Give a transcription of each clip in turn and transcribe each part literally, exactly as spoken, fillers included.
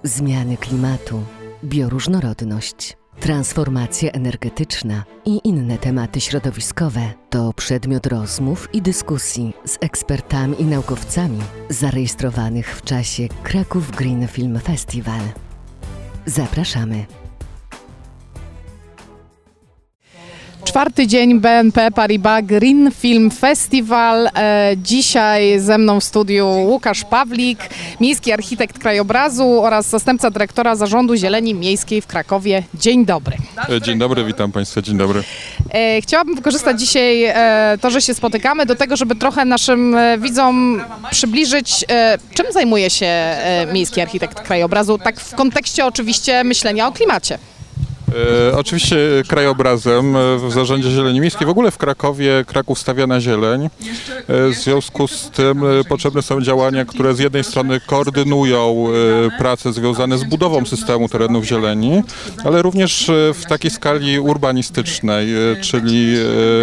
zmiany klimatu, bioróżnorodność, transformacja energetyczna i inne tematy środowiskowe to przedmiot rozmów i dyskusji z ekspertami i naukowcami zarejestrowanych w czasie Kraków Green Film Festival. Zapraszamy. Czwarty dzień B N P Paribas Green Film Festival. E, dzisiaj ze mną w studiu Łukasz Pawlik, miejski architekt krajobrazu oraz zastępca dyrektora Zarządu Zieleni Miejskiej w Krakowie. Dzień dobry. Dzień dobry, witam Państwa, dzień dobry. E, chciałabym wykorzystać dzisiaj e, to, że się spotykamy, do tego, żeby trochę naszym e, widzom przybliżyć, e, czym zajmuje się e, miejski architekt krajobrazu, tak w kontekście oczywiście myślenia o klimacie. E, oczywiście krajobrazem w Zarządzie Zieleni Miejskiej, w ogóle w Krakowie Kraków stawia na zieleń. E, w związku z tym e, potrzebne są działania, które z jednej strony koordynują e, prace związane z budową systemu terenów zieleni, ale również e, w takiej skali urbanistycznej, e, czyli e,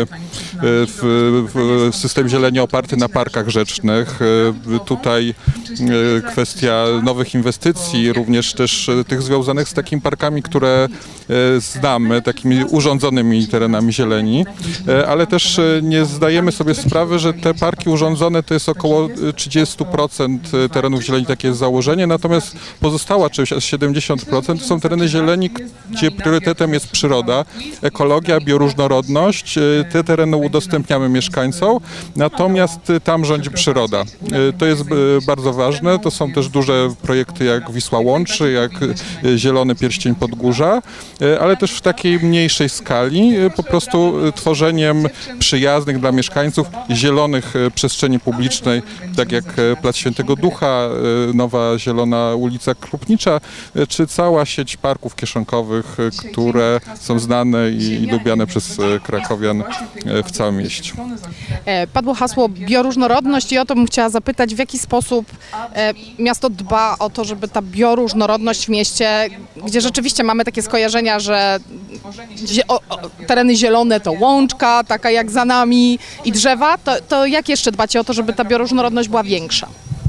w, w system zieleni oparty na parkach rzecznych. E, tutaj e, kwestia nowych inwestycji, również też e, tych związanych z takimi parkami, które e, znamy, takimi urządzonymi terenami zieleni, ale też nie zdajemy sobie sprawy, że te parki urządzone to jest około trzydzieści procent terenów zieleni, takie jest założenie, natomiast pozostała część, siedemdziesiąt procent to są tereny zieleni, gdzie priorytetem jest przyroda, ekologia, bioróżnorodność. Te tereny udostępniamy mieszkańcom, natomiast tam rządzi przyroda. To jest bardzo ważne, to są też duże projekty jak Wisła Łączy, jak Zielony Pierścień Podgórza, ale też w takiej mniejszej skali, po prostu tworzeniem przyjaznych dla mieszkańców zielonych przestrzeni publicznej, tak jak Plac Świętego Ducha, nowa zielona ulica Krupnicza, czy cała sieć parków kieszonkowych, które są znane i lubiane przez krakowian w całym mieście. Padło hasło bioróżnorodność i o to bym chciała zapytać, w jaki sposób miasto dba o to, żeby ta bioróżnorodność w mieście, gdzie rzeczywiście mamy takie skojarzenia, że o, o, tereny zielone to łączka, taka jak za nami, i drzewa, to, to jak jeszcze dbacie o to, żeby ta bioróżnorodność była większa?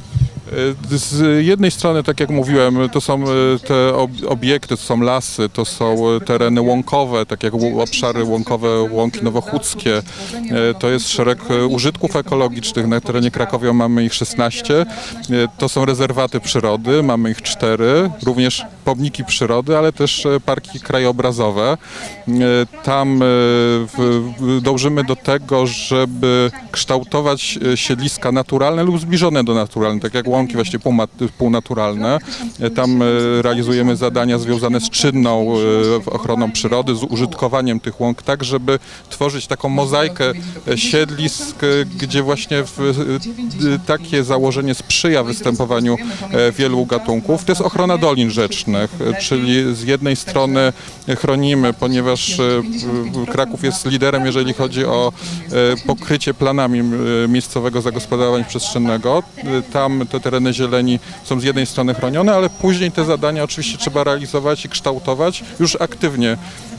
Z jednej strony, tak jak mówiłem, to są te obiekty, to są lasy, to są tereny łąkowe, tak jak obszary łąkowe, łąki nowochódzkie. To jest szereg użytków ekologicznych. Na terenie Krakowia mamy ich szesnaście. To są rezerwaty przyrody, mamy ich cztery. Również pomniki przyrody, ale też parki krajobrazowe. Tam dążymy do tego, żeby kształtować siedliska naturalne lub zbliżone do naturalnych, tak jak łąki właśnie półnaturalne. Tam realizujemy zadania związane z czynną ochroną przyrody, z użytkowaniem tych łąk, tak żeby tworzyć taką mozaikę siedlisk, gdzie właśnie takie założenie sprzyja występowaniu wielu gatunków. To jest ochrona dolin rzecznych, czyli z jednej strony chronimy, ponieważ Kraków jest liderem, jeżeli chodzi o pokrycie planami miejscowego zagospodarowania przestrzennego. Tam te tereny zieleni są z jednej strony chronione, ale później te zadania oczywiście trzeba realizować i kształtować już aktywnie,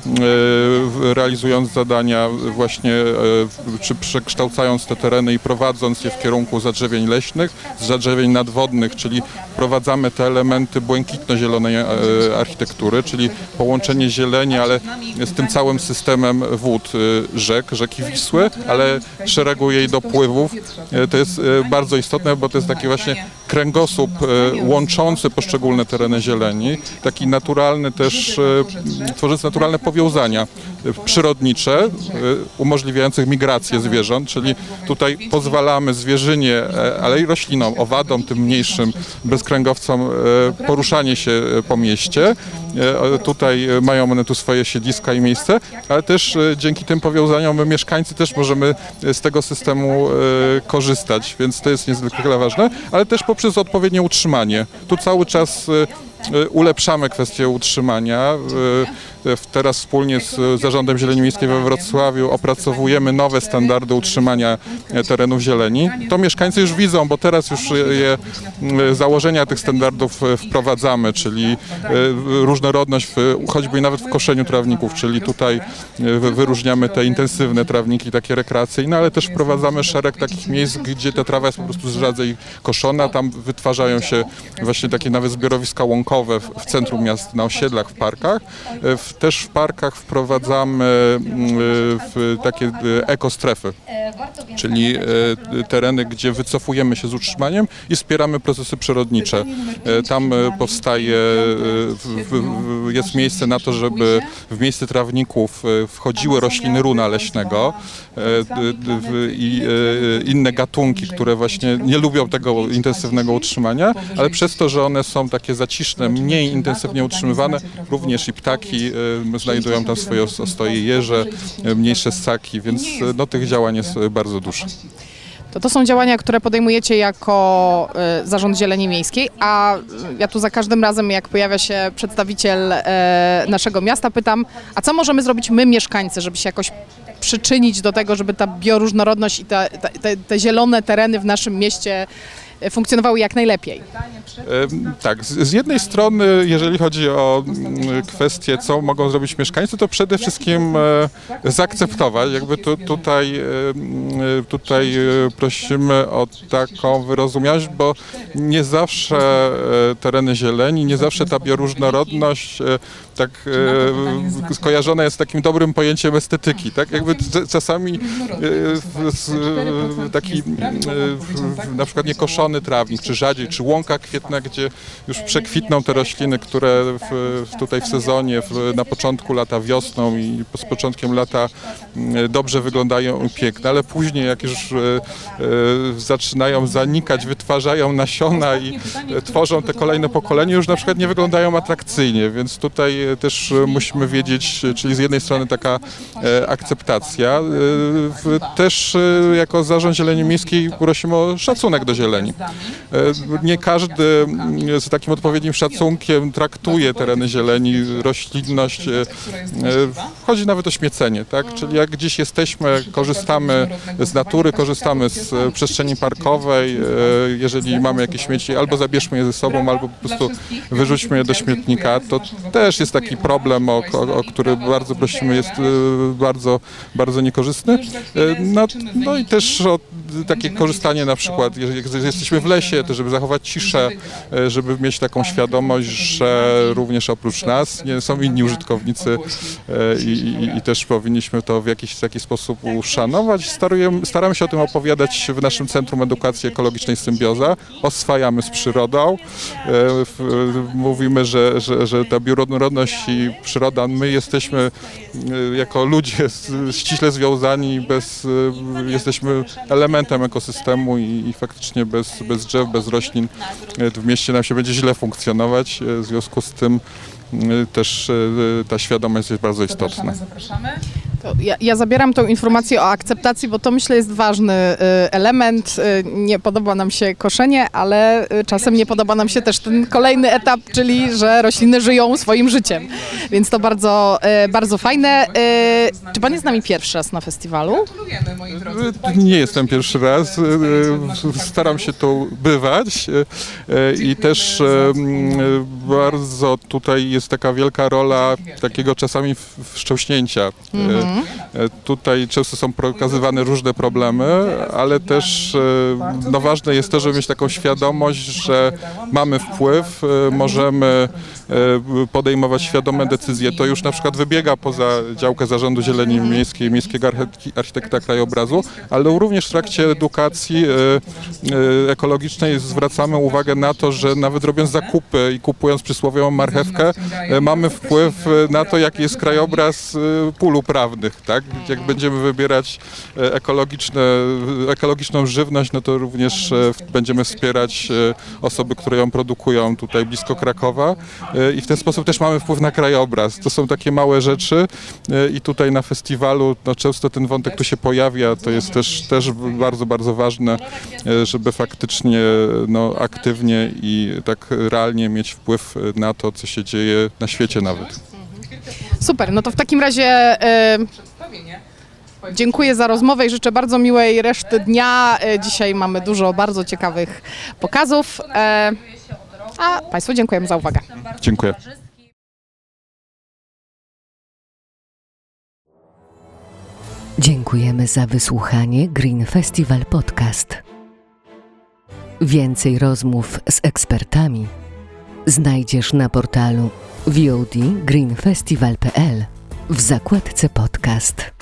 realizując zadania właśnie, czy przekształcając te tereny i prowadząc je w kierunku zadrzewień leśnych, zadrzewień nadwodnych, czyli wprowadzamy te elementy błękitno-zielonej architektury, czyli połączenie zieleni, ale z tym całym systemem wód, rzek, rzeki Wisły, ale szeregu jej dopływów. To jest bardzo istotne, bo to jest taki właśnie kręgosłup łączący poszczególne tereny zieleni, taki naturalny też, tworzący naturalne powiązania przyrodnicze, umożliwiających migrację zwierząt, czyli tutaj pozwalamy zwierzynie, ale i roślinom, owadom, tym mniejszym bezkręgowcom, poruszanie się po mieście. Tutaj mają one tu swoje siedliska i miejsce, ale też dzięki tym powiązaniom my mieszkańcy też możemy z tego systemu korzystać, więc to jest niezwykle ważne, ale też poprzez odpowiednie utrzymanie. Tu cały czas ulepszamy kwestię utrzymania. Teraz wspólnie z Zarządem Zieleni Miejskiej we Wrocławiu opracowujemy nowe standardy utrzymania terenów zieleni. To mieszkańcy już widzą, bo teraz już je, założenia tych standardów wprowadzamy, czyli różnorodność w, choćby i nawet w koszeniu trawników, czyli tutaj wyróżniamy te intensywne trawniki, takie rekreacyjne, ale też wprowadzamy szereg takich miejsc, gdzie ta trawa jest po prostu rzadziej koszona, tam wytwarzają się właśnie takie nawet zbiorowiska łąkowe, parkowe w, w centrum miast, na osiedlach, w parkach. W, też w parkach wprowadzamy w takie ekostrefy, czyli tereny, gdzie wycofujemy się z utrzymaniem i wspieramy procesy przyrodnicze. Tam powstaje, jest miejsce na to, żeby w miejsce trawników wchodziły rośliny runa leśnego i inne gatunki, które właśnie nie lubią tego intensywnego utrzymania, ale przez to, że one są takie zaciszne, mniej intensywnie utrzymywane, również i ptaki znajdują tam swoje ostoje, jeże, mniejsze ssaki, więc no, tych działań jest bardzo dużo. To to są działania, które podejmujecie jako y, Zarząd Zieleni Miejskiej, a ja tu za każdym razem, jak pojawia się przedstawiciel y, naszego miasta, pytam, a co możemy zrobić my, mieszkańcy, żeby się jakoś przyczynić do tego, żeby ta bioróżnorodność i te, te, te zielone tereny w naszym mieście funkcjonowały jak najlepiej? Tak, z jednej strony, jeżeli chodzi o kwestię, co mogą zrobić mieszkańcy, to przede wszystkim zaakceptować. Jakby tu, tutaj, tutaj prosimy o taką wyrozumiałość, bo nie zawsze tereny zieleni, nie zawsze ta bioróżnorodność tak skojarzona jest z takim dobrym pojęciem estetyki. Tak? Jakby czasami taki na przykład niekoszony trawnik, czy rzadziej, czy łąka kwietna, gdzie już przekwitną te rośliny, które w, tutaj w sezonie, w, na początku lata wiosną i z początkiem lata dobrze wyglądają i piękne, ale później jak już e, e, zaczynają zanikać, wytwarzają nasiona i e, tworzą te kolejne pokolenia, już na przykład nie wyglądają atrakcyjnie, więc tutaj też musimy wiedzieć, czyli z jednej strony taka e, akceptacja, e, w, też e, jako Zarząd Zieleni Miejskiej prosimy o szacunek do zieleni. Nie każdy z takim odpowiednim szacunkiem traktuje tereny zieleni, roślinność. Chodzi nawet o śmiecenie, tak? Czyli jak gdzieś jesteśmy, korzystamy z natury, korzystamy z przestrzeni parkowej, jeżeli mamy jakieś śmieci, albo zabierzmy je ze sobą, albo po prostu wyrzućmy je do śmietnika. To też jest taki problem, o, o, o który bardzo prosimy, jest bardzo, bardzo niekorzystny. No, no i też o takie korzystanie na przykład, jeżeli jesteśmy w lesie, to żeby zachować ciszę, żeby mieć taką świadomość, że również oprócz nas nie są inni użytkownicy i, i, i też powinniśmy to w jakiś, w jakiś sposób uszanować. Starujemy, staramy się o tym opowiadać w naszym Centrum Edukacji Ekologicznej Symbioza. Oswajamy z przyrodą. Mówimy, że, że, że ta bioróżnorodność i przyroda, my jesteśmy jako ludzie ściśle związani, bez, jesteśmy elementem ekosystemu i, i faktycznie bez, bez drzew, bez roślin w mieście nam się będzie źle funkcjonować. W związku z tym też ta świadomość jest bardzo istotna. To ja, ja zabieram tą informację o akceptacji, bo to myślę jest ważny element. Nie podoba nam się koszenie, ale czasem nie podoba nam się też ten kolejny etap, czyli że rośliny żyją swoim życiem. Więc to bardzo, bardzo fajne. Czy pan jest z nami pierwszy raz na festiwalu? Nie jestem pierwszy raz. Staram się tu bywać i też bardzo tutaj jest taka wielka rola takiego czasami wstrząśnięcia. Mhm. Tutaj często są pokazywane różne problemy, ale też no, ważne jest to, żeby mieć taką świadomość, że mamy wpływ, możemy podejmować świadome decyzje. To już na przykład wybiega poza działkę Zarządu Zieleni Miejskiej, Miejskiego Architekta Krajobrazu, ale również w trakcie edukacji ekologicznej zwracamy uwagę na to, że nawet robiąc zakupy i kupując przysłowiową marchewkę, mamy wpływ na to, jaki jest krajobraz pól uprawnych. Tak? Jak będziemy wybierać ekologiczne, ekologiczną żywność, no to również będziemy wspierać osoby, które ją produkują tutaj blisko Krakowa i w ten sposób też mamy wpływ na krajobraz. To są takie małe rzeczy i tutaj na festiwalu no, często ten wątek tu się pojawia. To jest też, też bardzo, bardzo ważne, żeby faktycznie no, aktywnie i tak realnie mieć wpływ na to, co się dzieje na świecie nawet. Super, no to w takim razie e, dziękuję za rozmowę i życzę bardzo miłej reszty dnia. E, dzisiaj mamy dużo bardzo ciekawych pokazów, e, a Państwu dziękujemy za uwagę. Dziękuję. Dziękujemy za wysłuchanie Green Festival Podcast. Więcej rozmów z ekspertami znajdziesz na portalu v o d green festival kropka p l w zakładce podcast.